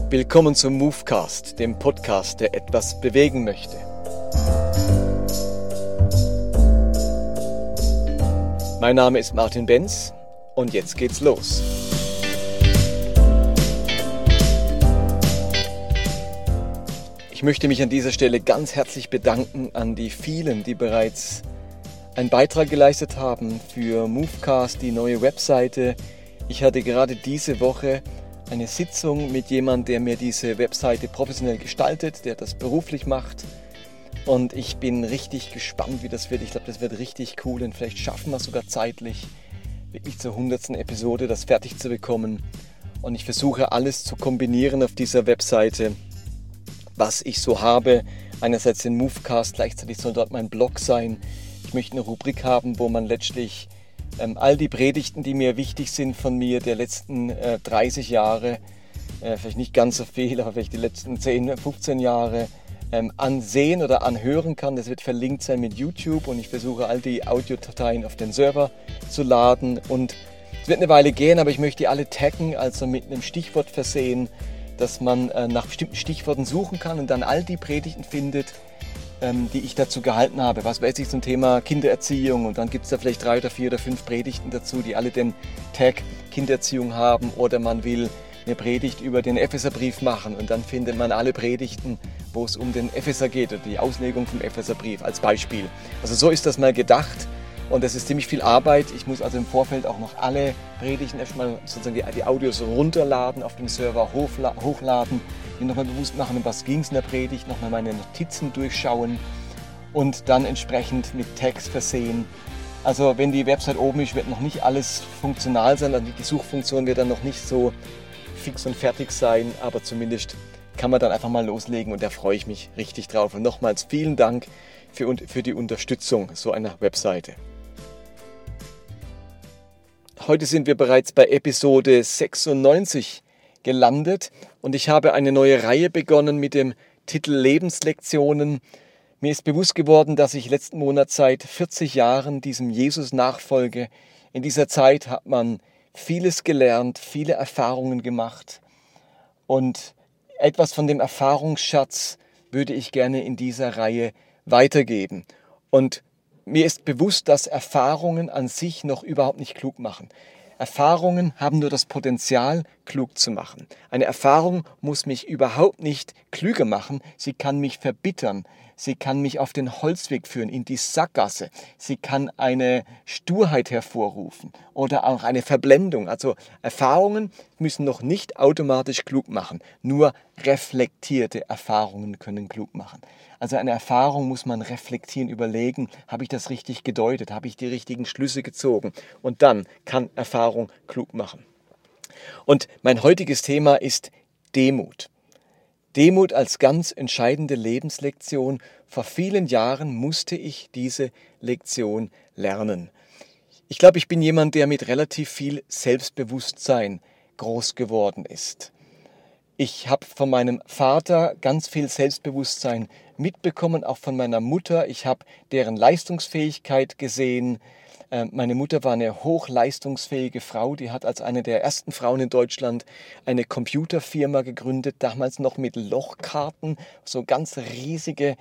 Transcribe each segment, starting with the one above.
Willkommen zum Movecast, dem Podcast, der etwas bewegen möchte. Mein Name ist Martin Benz und jetzt geht's los. Ich möchte mich an dieser Stelle ganz herzlich bedanken an die vielen, die bereits einen Beitrag geleistet haben für Movecast, die neue Webseite. Ich hatte gerade diese Woche eine Sitzung mit jemandem, der mir diese Webseite professionell gestaltet, der das beruflich macht. Und ich bin richtig gespannt, wie das wird. Ich glaube, das wird richtig cool und vielleicht schaffen wir es sogar zeitlich, wirklich zur 100. Episode das fertig zu bekommen. Und ich versuche alles zu kombinieren auf dieser Webseite, was ich so habe. Einerseits den Movecast, gleichzeitig soll dort mein Blog sein. Ich möchte eine Rubrik haben, wo man letztlich all die Predigten, die mir wichtig sind von mir der letzten 30 Jahre, vielleicht nicht ganz so viel, aber vielleicht die letzten 10, 15 Jahre ansehen oder anhören kann. Das wird verlinkt sein mit YouTube und ich versuche all die Audiodateien auf den Server zu laden und es wird eine Weile gehen, aber ich möchte die alle taggen, also mit einem Stichwort versehen, dass man nach bestimmten Stichworten suchen kann und dann all die Predigten findet, die ich dazu gehalten habe. Was weiß ich zum Thema Kindererziehung und dann gibt es da vielleicht 3 oder 4 oder 5 Predigten dazu, die alle den Tag Kindererziehung haben oder man will eine Predigt über den Epheserbrief machen und dann findet man alle Predigten, wo es um den Epheser geht oder die Auslegung vom Epheserbrief als Beispiel. Also so ist das mal gedacht und das ist ziemlich viel Arbeit. Ich muss also im Vorfeld auch noch alle Predigten erstmal sozusagen die Audios runterladen, auf dem Server hochladen, mir nochmal bewusst machen, um was ging es in der Predigt, nochmal meine Notizen durchschauen und dann entsprechend mit Text versehen. Also wenn die Website oben ist, wird noch nicht alles funktional sein, also die Suchfunktion wird dann noch nicht so fix und fertig sein, aber zumindest kann man dann einfach mal loslegen und da freue ich mich richtig drauf. Und nochmals vielen Dank für die Unterstützung so einer Webseite. Heute sind wir bereits bei Episode 96 gelandet und ich habe eine neue Reihe begonnen mit dem Titel Lebenslektionen. Mir ist bewusst geworden, dass ich letzten Monat seit 40 Jahren diesem Jesus nachfolge. In dieser Zeit hat man vieles gelernt, viele Erfahrungen gemacht und etwas von dem Erfahrungsschatz würde ich gerne in dieser Reihe weitergeben. Und mir ist bewusst, dass Erfahrungen an sich noch überhaupt nicht klug machen. Erfahrungen haben nur das Potenzial, klug zu machen. Eine Erfahrung muss mich überhaupt nicht klüger machen. Sie kann mich verbittern. Sie kann mich auf den Holzweg führen, in die Sackgasse. Sie kann eine Sturheit hervorrufen oder auch eine Verblendung. Also Erfahrungen müssen noch nicht automatisch klug machen. Nur reflektierte Erfahrungen können klug machen. Also eine Erfahrung muss man reflektieren, überlegen, habe ich das richtig gedeutet, habe ich die richtigen Schlüsse gezogen und dann kann Erfahrung klug machen. Und mein heutiges Thema ist Demut. Demut als ganz entscheidende Lebenslektion. Vor vielen Jahren musste ich diese Lektion lernen. Ich glaube, ich bin jemand, der mit relativ viel Selbstbewusstsein groß geworden ist. Ich habe von meinem Vater ganz viel Selbstbewusstsein mitbekommen, auch von meiner Mutter. Ich habe deren Leistungsfähigkeit gesehen. Meine Mutter war eine hochleistungsfähige Frau, die hat als eine der ersten Frauen in Deutschland eine Computerfirma gegründet, damals noch mit Lochkarten, so ganz riesige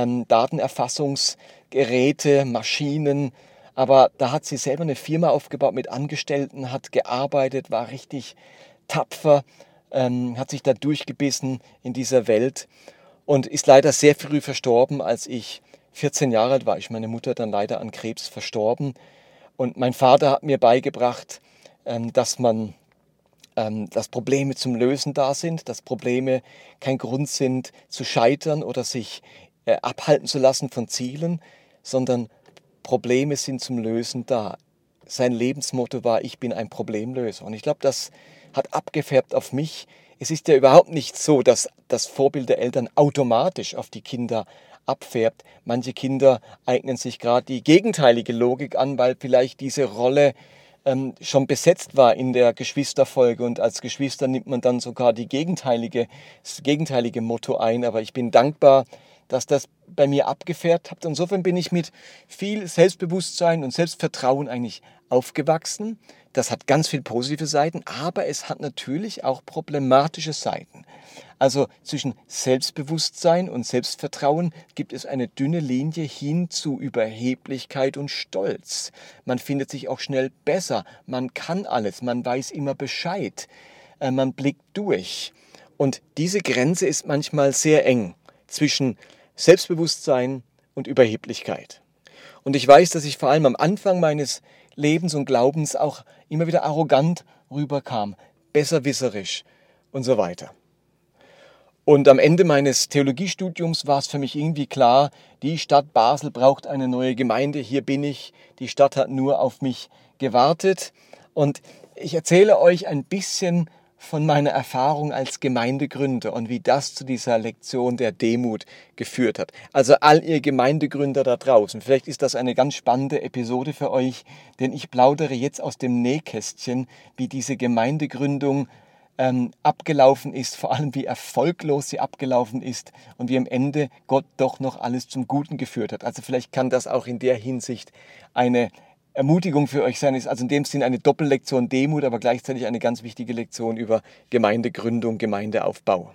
Datenerfassungsgeräte, Maschinen. Aber da hat sie selber eine Firma aufgebaut mit Angestellten, hat gearbeitet, war richtig tapfer, hat sich da durchgebissen in dieser Welt und ist leider sehr früh verstorben, als ich 14 Jahre alt war. Ist meine Mutter dann leider an Krebs verstorben. Und mein Vater hat mir beigebracht, dass Probleme zum Lösen da sind, dass Probleme kein Grund sind zu scheitern oder sich abhalten zu lassen von Zielen, sondern Probleme sind zum Lösen da. Sein Lebensmotto war, ich bin ein Problemlöser. Und ich glaube, das hat abgefärbt auf mich. Es ist ja überhaupt nicht so, dass das Vorbild der Eltern automatisch auf die Kinder abfärbt. Manche Kinder eignen sich gerade die gegenteilige Logik an, weil vielleicht diese Rolle schon besetzt war in der Geschwisterfolge und als Geschwister nimmt man dann sogar das gegenteilige Motto ein. Aber ich bin dankbar, dass das bei mir abgefärbt hat. Insofern bin ich mit viel Selbstbewusstsein und Selbstvertrauen eigentlich aufgewachsen. Das hat ganz viele positive Seiten, aber es hat natürlich auch problematische Seiten. Also zwischen Selbstbewusstsein und Selbstvertrauen gibt es eine dünne Linie hin zu Überheblichkeit und Stolz. Man findet sich auch schnell besser, man kann alles, man weiß immer Bescheid, man blickt durch. Und diese Grenze ist manchmal sehr eng zwischen Selbstbewusstsein und Überheblichkeit. Und ich weiß, dass ich vor allem am Anfang meines Lebens und Glaubens auch immer wieder arrogant rüberkam, besserwisserisch und so weiter. Und am Ende meines Theologiestudiums war es für mich irgendwie klar, die Stadt Basel braucht eine neue Gemeinde, hier bin ich, die Stadt hat nur auf mich gewartet. Und ich erzähle euch ein bisschen von meiner Erfahrung als Gemeindegründer und wie das zu dieser Lektion der Demut geführt hat. Also all ihr Gemeindegründer da draußen, vielleicht ist das eine ganz spannende Episode für euch, denn ich plaudere jetzt aus dem Nähkästchen, wie diese Gemeindegründung abgelaufen ist, vor allem wie erfolglos sie abgelaufen ist und wie am Ende Gott doch noch alles zum Guten geführt hat. Also vielleicht kann das auch in der Hinsicht eine Ermutigung für euch sein, ist also in dem Sinn eine Doppellektion Demut, aber gleichzeitig eine ganz wichtige Lektion über Gemeindegründung, Gemeindeaufbau.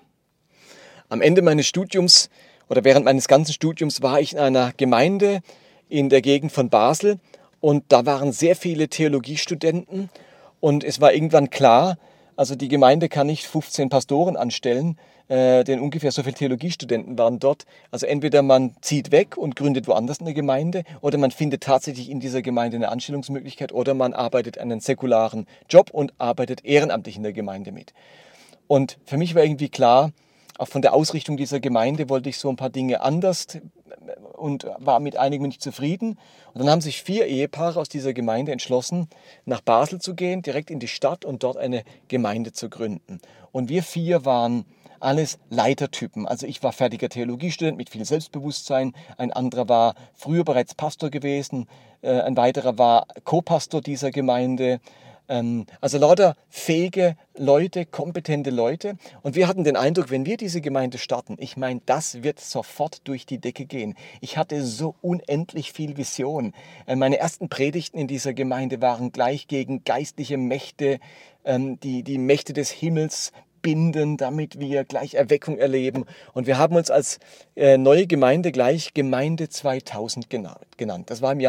Am Ende meines Studiums oder während meines ganzen Studiums war ich in einer Gemeinde in der Gegend von Basel und da waren sehr viele Theologiestudenten und es war irgendwann klar, also die Gemeinde kann nicht 15 Pastoren anstellen, denn ungefähr so viele Theologiestudenten waren dort. Also entweder man zieht weg und gründet woanders eine Gemeinde oder man findet tatsächlich in dieser Gemeinde eine Anstellungsmöglichkeit oder man arbeitet einen säkularen Job und arbeitet ehrenamtlich in der Gemeinde mit. Und für mich war irgendwie klar, auch von der Ausrichtung dieser Gemeinde wollte ich so ein paar Dinge anders und war mit einigen nicht zufrieden. Und dann haben sich 4 Ehepaare aus dieser Gemeinde entschlossen, nach Basel zu gehen, direkt in die Stadt und dort eine Gemeinde zu gründen. Und wir 4 waren alles Leitertypen. Also ich war fertiger Theologiestudent mit viel Selbstbewusstsein, ein anderer war früher bereits Pastor gewesen, ein weiterer war Co-Pastor dieser Gemeinde. Also lauter fähige Leute, kompetente Leute. Und wir hatten den Eindruck, wenn wir diese Gemeinde starten, ich meine, das wird sofort durch die Decke gehen. Ich hatte so unendlich viel Vision. Meine ersten Predigten in dieser Gemeinde waren gleich gegen geistliche Mächte, die Mächte des Himmels binden, damit wir gleich Erweckung erleben. Und wir haben uns als neue Gemeinde gleich Gemeinde 2000 genannt. Das war im Jahr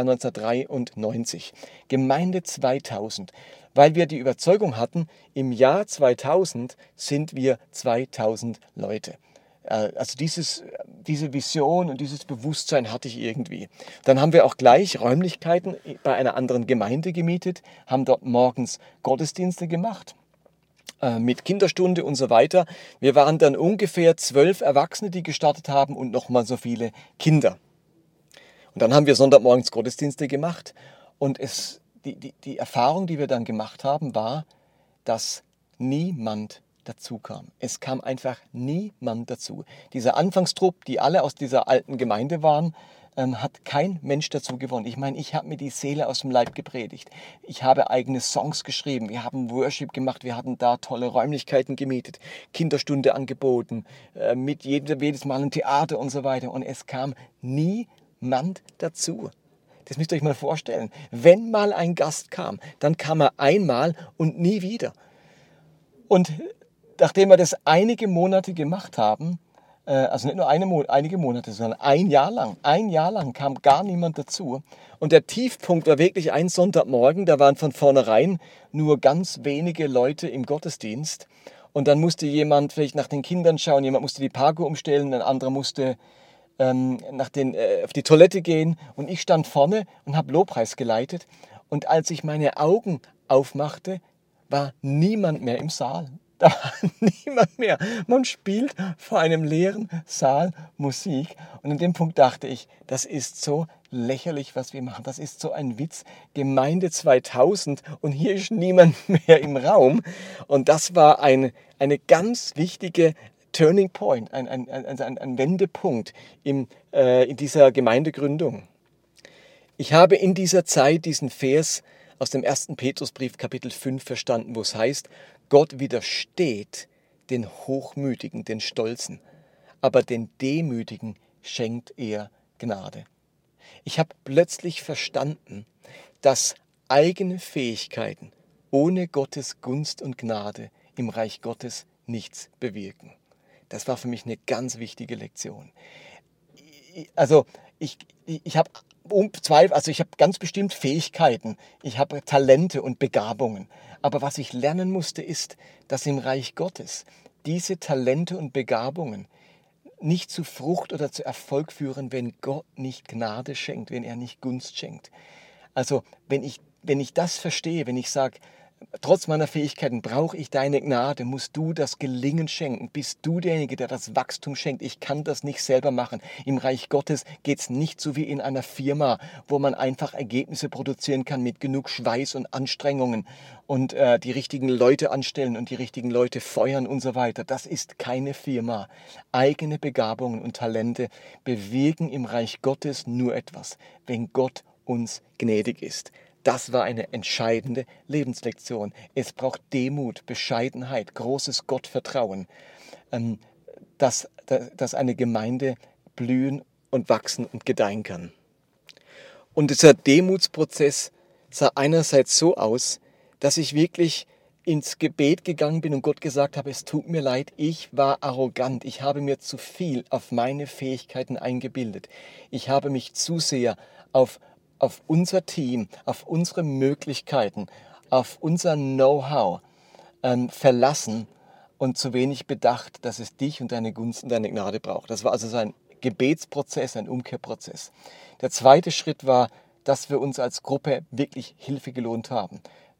1993. Gemeinde 2000. Weil wir die Überzeugung hatten, im Jahr 2000 sind wir 2000 Leute. Also diese Vision und dieses Bewusstsein hatte ich irgendwie. Dann haben wir auch gleich Räumlichkeiten bei einer anderen Gemeinde gemietet, haben dort morgens Gottesdienste gemacht mit Kinderstunde und so weiter. Wir waren dann ungefähr 12 Erwachsene, die gestartet haben und nochmal so viele Kinder. Und dann haben wir Sonntagmorgens Gottesdienste gemacht und die Erfahrung, die wir dann gemacht haben, war, dass niemand dazu kam. Es kam einfach niemand dazu. Dieser Anfangstrupp, die alle aus dieser alten Gemeinde waren, hat kein Mensch dazu gewonnen. Ich meine, ich habe mir die Seele aus dem Leib gepredigt. Ich habe eigene Songs geschrieben. Wir haben Worship gemacht. Wir hatten da tolle Räumlichkeiten gemietet, Kinderstunde angeboten, mit jedes Mal ein Theater und so weiter. Und es kam niemand dazu. Das müsst ihr euch mal vorstellen. Wenn mal ein Gast kam, dann kam er einmal und nie wieder. Und nachdem wir das einige Monate gemacht haben, also nicht nur einige Monate, sondern ein Jahr lang kam gar niemand dazu. Und der Tiefpunkt war wirklich ein Sonntagmorgen, da waren von vornherein nur ganz wenige Leute im Gottesdienst. Und dann musste jemand vielleicht nach den Kindern schauen, jemand musste die Parko umstellen, ein anderer musste auf die Toilette gehen und ich stand vorne und habe Lobpreis geleitet. Und als ich meine Augen aufmachte, war niemand mehr im Saal. Da war niemand mehr. Man spielt vor einem leeren Saal Musik. Und in dem Punkt dachte ich, das ist so lächerlich, was wir machen. Das ist so ein Witz. Gemeinde 2000 und hier ist niemand mehr im Raum. Und das war eine ganz wichtige Turning Point, ein Wendepunkt in dieser Gemeindegründung. Ich habe in dieser Zeit diesen Vers aus dem 1. Petrusbrief Kapitel 5 verstanden, wo es heißt, Gott widersteht den Hochmütigen, den Stolzen, aber den Demütigen schenkt er Gnade. Ich habe plötzlich verstanden, dass eigene Fähigkeiten ohne Gottes Gunst und Gnade im Reich Gottes nichts bewirken. Das war für mich eine ganz wichtige Lektion. Also ich habe ich habe ganz bestimmt Fähigkeiten, ich habe Talente und Begabungen. Aber was ich lernen musste, ist, dass im Reich Gottes diese Talente und Begabungen nicht zu Frucht oder zu Erfolg führen, wenn Gott nicht Gnade schenkt, wenn er nicht Gunst schenkt. Also wenn ich das verstehe, wenn ich sage, trotz meiner Fähigkeiten brauche ich deine Gnade, musst du das Gelingen schenken, bist du derjenige, der das Wachstum schenkt. Ich kann das nicht selber machen. Im Reich Gottes geht es nicht so wie in einer Firma, wo man einfach Ergebnisse produzieren kann mit genug Schweiß und Anstrengungen und die richtigen Leute anstellen und die richtigen Leute feuern und so weiter. Das ist keine Firma. Eigene Begabungen und Talente bewirken im Reich Gottes nur etwas, wenn Gott uns gnädig ist. Das war eine entscheidende Lebenslektion. Es braucht Demut, Bescheidenheit, großes Gottvertrauen, dass eine Gemeinde blühen und wachsen und gedeihen kann. Und dieser Demutsprozess sah einerseits so aus, dass ich wirklich ins Gebet gegangen bin und Gott gesagt habe, es tut mir leid, ich war arrogant, ich habe mir zu viel auf meine Fähigkeiten eingebildet. Ich habe mich zu sehr auf unser Team, auf unsere Möglichkeiten, auf unser Know-how verlassen und zu wenig bedacht, dass es dich und deine Gunst und deine Gnade braucht. Das war also so ein Gebetsprozess, ein Umkehrprozess. Der zweite Schritt war, dass wir uns als Gruppe wirklich Hilfe geholt haben.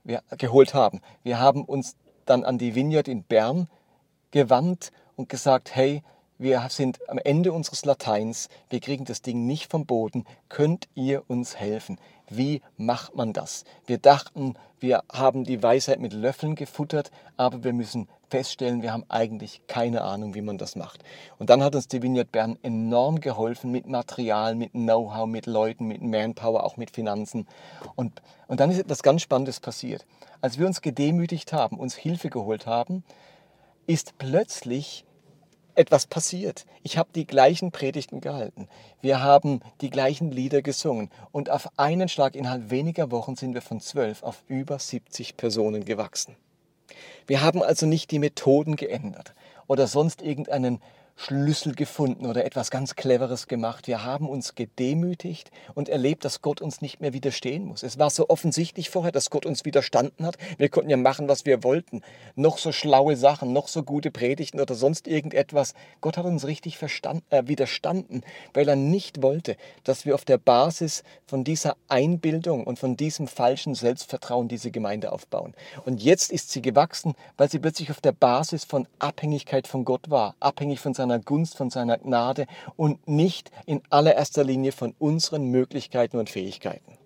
Wir haben uns dann an die Vineyard in Bern gewandt und gesagt, hey, wir sind am Ende unseres Lateins, wir kriegen das Ding nicht vom Boden, könnt ihr uns helfen? Wie macht man das? Wir dachten, wir haben die Weisheit mit Löffeln gefuttert, aber wir müssen feststellen, wir haben eigentlich keine Ahnung, wie man das macht. Und dann hat uns die Vineyard Bern enorm geholfen mit Material, mit Know-how, mit Leuten, mit Manpower, auch mit Finanzen. Und dann ist etwas ganz Spannendes passiert. Als wir uns gedemütigt haben, uns Hilfe geholt haben, ist plötzlich etwas passiert. Ich habe die gleichen Predigten gehalten. Wir haben die gleichen Lieder gesungen. Und auf einen Schlag innerhalb weniger Wochen sind wir von 12 auf über 70 Personen gewachsen. Wir haben also nicht die Methoden geändert oder sonst irgendeinen Schlüssel gefunden oder etwas ganz Cleveres gemacht. Wir haben uns gedemütigt und erlebt, dass Gott uns nicht mehr widerstehen muss. Es war so offensichtlich vorher, dass Gott uns widerstanden hat. Wir konnten ja machen, was wir wollten. Noch so schlaue Sachen, noch so gute Predigten oder sonst irgendetwas. Gott hat uns richtig widerstanden, weil er nicht wollte, dass wir auf der Basis von dieser Einbildung und von diesem falschen Selbstvertrauen diese Gemeinde aufbauen. Und jetzt ist sie gewachsen, weil sie plötzlich auf der Basis von Abhängigkeit von Gott war, abhängig von seiner Gunst, von seiner Gnade und nicht in allererster Linie von unseren Möglichkeiten und Fähigkeiten.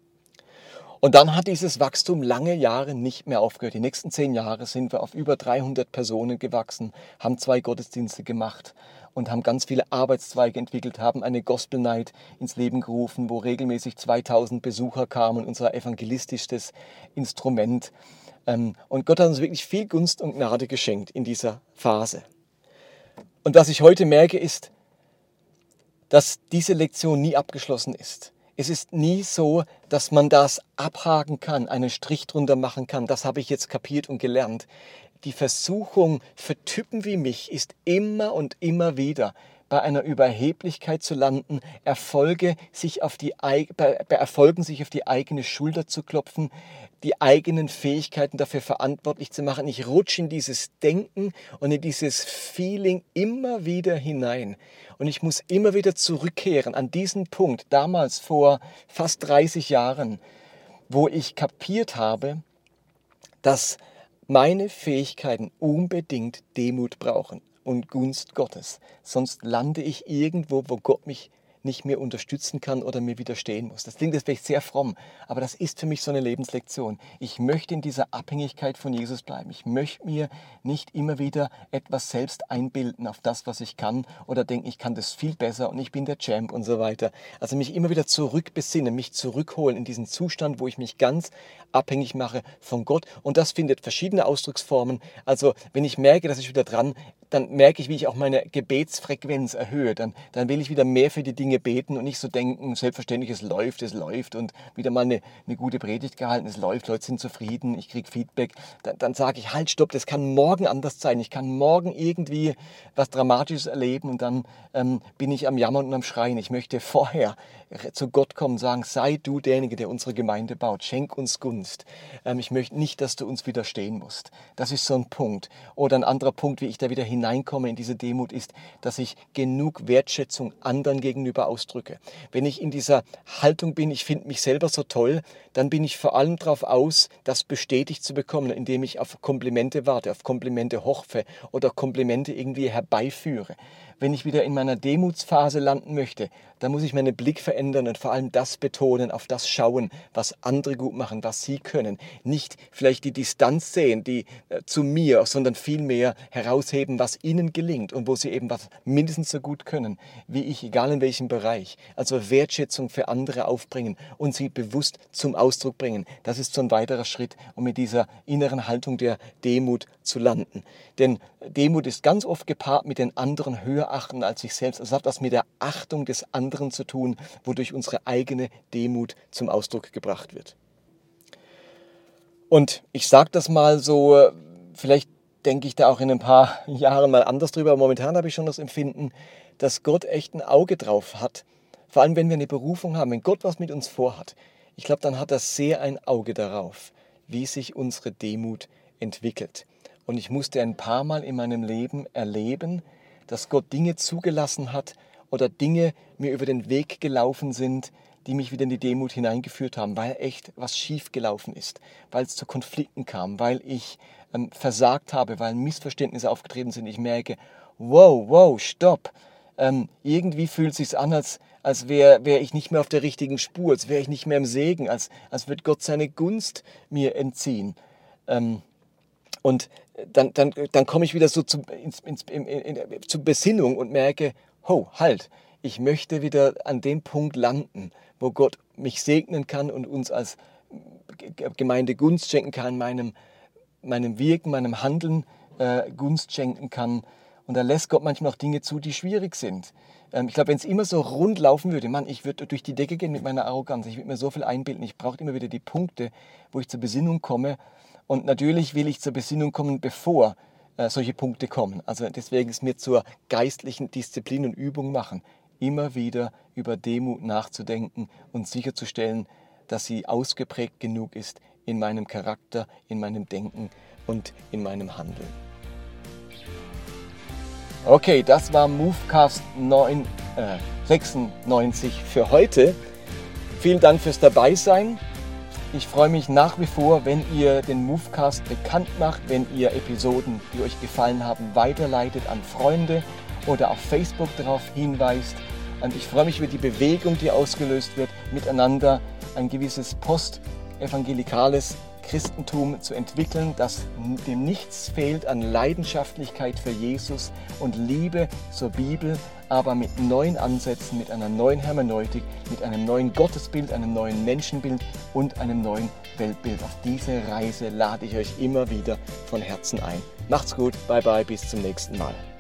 Und dann hat dieses Wachstum lange Jahre nicht mehr aufgehört. Die nächsten 10 Jahre sind wir auf über 300 Personen gewachsen, haben 2 Gottesdienste gemacht und haben ganz viele Arbeitszweige entwickelt, haben eine Gospel Night ins Leben gerufen, wo regelmäßig 2000 Besucher kamen, unser evangelistisches Instrument. Und Gott hat uns wirklich viel Gunst und Gnade geschenkt in dieser Phase. Und was ich heute merke, ist, dass diese Lektion nie abgeschlossen ist. Es ist nie so, dass man das abhaken kann, einen Strich drunter machen kann. Das habe ich jetzt kapiert und gelernt. Die Versuchung für Typen wie mich ist immer und immer wieder, bei einer Überheblichkeit zu landen, bei Erfolgen sich auf die eigene Schulter zu klopfen, die eigenen Fähigkeiten dafür verantwortlich zu machen. Ich rutsche in dieses Denken und in dieses Feeling immer wieder hinein. Und ich muss immer wieder zurückkehren an diesen Punkt, damals vor fast 30 Jahren, wo ich kapiert habe, dass meine Fähigkeiten unbedingt Demut brauchen und Gunst Gottes. Sonst lande ich irgendwo, wo Gott mich nicht mehr unterstützen kann oder mir widerstehen muss. Das klingt jetzt vielleicht sehr fromm, aber das ist für mich so eine Lebenslektion. Ich möchte in dieser Abhängigkeit von Jesus bleiben. Ich möchte mir nicht immer wieder etwas selbst einbilden auf das, was ich kann oder denken, ich kann das viel besser und ich bin der Champ und so weiter. Also mich immer wieder zurückbesinnen, mich zurückholen in diesen Zustand, wo ich mich ganz abhängig mache von Gott. Und das findet verschiedene Ausdrucksformen. Also wenn ich merke, dass ich wieder dran dann merke ich, wie ich auch meine Gebetsfrequenz erhöhe. Dann will ich wieder mehr für die Dinge beten und nicht so denken, selbstverständlich, es läuft und wieder mal eine gute Predigt gehalten, es läuft, Leute sind zufrieden, ich kriege Feedback. Dann sage ich, halt, stopp, das kann morgen anders sein. Ich kann morgen irgendwie was Dramatisches erleben und dann bin ich am Jammern und am Schreien. Ich möchte vorher zu Gott kommen und sagen, sei du derjenige, der unsere Gemeinde baut. Schenk uns Gunst. Ich möchte nicht, dass du uns widerstehen musst. Das ist so ein Punkt. Oder ein anderer Punkt, wie ich da wieder hineinkomme in diese Demut, ist, dass ich genug Wertschätzung anderen gegenüber ausdrücke. Wenn ich in dieser Haltung bin, ich finde mich selber so toll, dann bin ich vor allem darauf aus, das bestätigt zu bekommen, indem ich auf Komplimente warte, auf Komplimente hoffe oder Komplimente irgendwie herbeiführe. Wenn ich wieder in meiner Demutsphase landen möchte, dann muss ich meinen Blick verändern und vor allem das betonen, auf das schauen, was andere gut machen, was sie können. Nicht vielleicht die Distanz sehen, die zu mir, sondern vielmehr herausheben, was ihnen gelingt und wo sie eben was mindestens so gut können wie ich, egal in welchem Bereich. Also Wertschätzung für andere aufbringen und sie bewusst zum Ausdruck bringen. Das ist so ein weiterer Schritt, um mit dieser inneren Haltung der Demut zu landen. Denn Demut ist ganz oft gepaart mit den anderen höher achten als sich selbst. Es hat was mit der Achtung des anderen zu tun, wodurch unsere eigene Demut zum Ausdruck gebracht wird. Und ich sage das mal so, vielleicht denke ich da auch in ein paar Jahren mal anders drüber. Aber momentan habe ich schon das Empfinden, dass Gott echt ein Auge drauf hat. Vor allem, wenn wir eine Berufung haben, wenn Gott was mit uns vorhat. Ich glaube, dann hat er sehr ein Auge darauf, wie sich unsere Demut entwickelt. Und ich musste ein paar Mal in meinem Leben erleben, dass Gott Dinge zugelassen hat oder Dinge mir über den Weg gelaufen sind, die mich wieder in die Demut hineingeführt haben, weil echt was schief gelaufen ist, weil es zu Konflikten kam, weil ich versagt habe, weil Missverständnisse aufgetreten sind. Ich merke, wow, stopp. Irgendwie fühlt es sich an, als wäre ich nicht mehr auf der richtigen Spur, als wäre ich nicht mehr im Segen, als würde Gott seine Gunst mir entziehen. Und dann komme ich wieder so zur Besinnung und merke, halt, ich möchte wieder an dem Punkt landen, wo Gott mich segnen kann und uns als Gemeinde Gunst schenken kann, meinem Wirken, meinem Handeln Gunst schenken kann. Und da lässt Gott manchmal auch Dinge zu, die schwierig sind. Ich glaube, wenn es immer so rund laufen würde, ich würde durch die Decke gehen mit meiner Arroganz, ich würde mir so viel einbilden, ich brauche immer wieder die Punkte, wo ich zur Besinnung komme. Und natürlich will ich zur Besinnung kommen, bevor solche Punkte kommen. Also deswegen ist mir zur geistlichen Disziplin und Übung machen, immer wieder über Demut nachzudenken und sicherzustellen, dass sie ausgeprägt genug ist in meinem Charakter, in meinem Denken und in meinem Handeln. Okay, das war Movecast 96 für heute. Vielen Dank fürs Dabeisein. Ich freue mich nach wie vor, wenn ihr den Movecast bekannt macht, wenn ihr Episoden, die euch gefallen haben, weiterleitet an Freunde oder auf Facebook darauf hinweist. Und ich freue mich über die Bewegung, die ausgelöst wird, miteinander ein gewisses postevangelikales Christentum zu entwickeln, das dem nichts fehlt an Leidenschaftlichkeit für Jesus und Liebe zur Bibel, aber mit neuen Ansätzen, mit einer neuen Hermeneutik, mit einem neuen Gottesbild, einem neuen Menschenbild und einem neuen Weltbild. Auf diese Reise lade ich euch immer wieder von Herzen ein. Macht's gut, bye bye, bis zum nächsten Mal.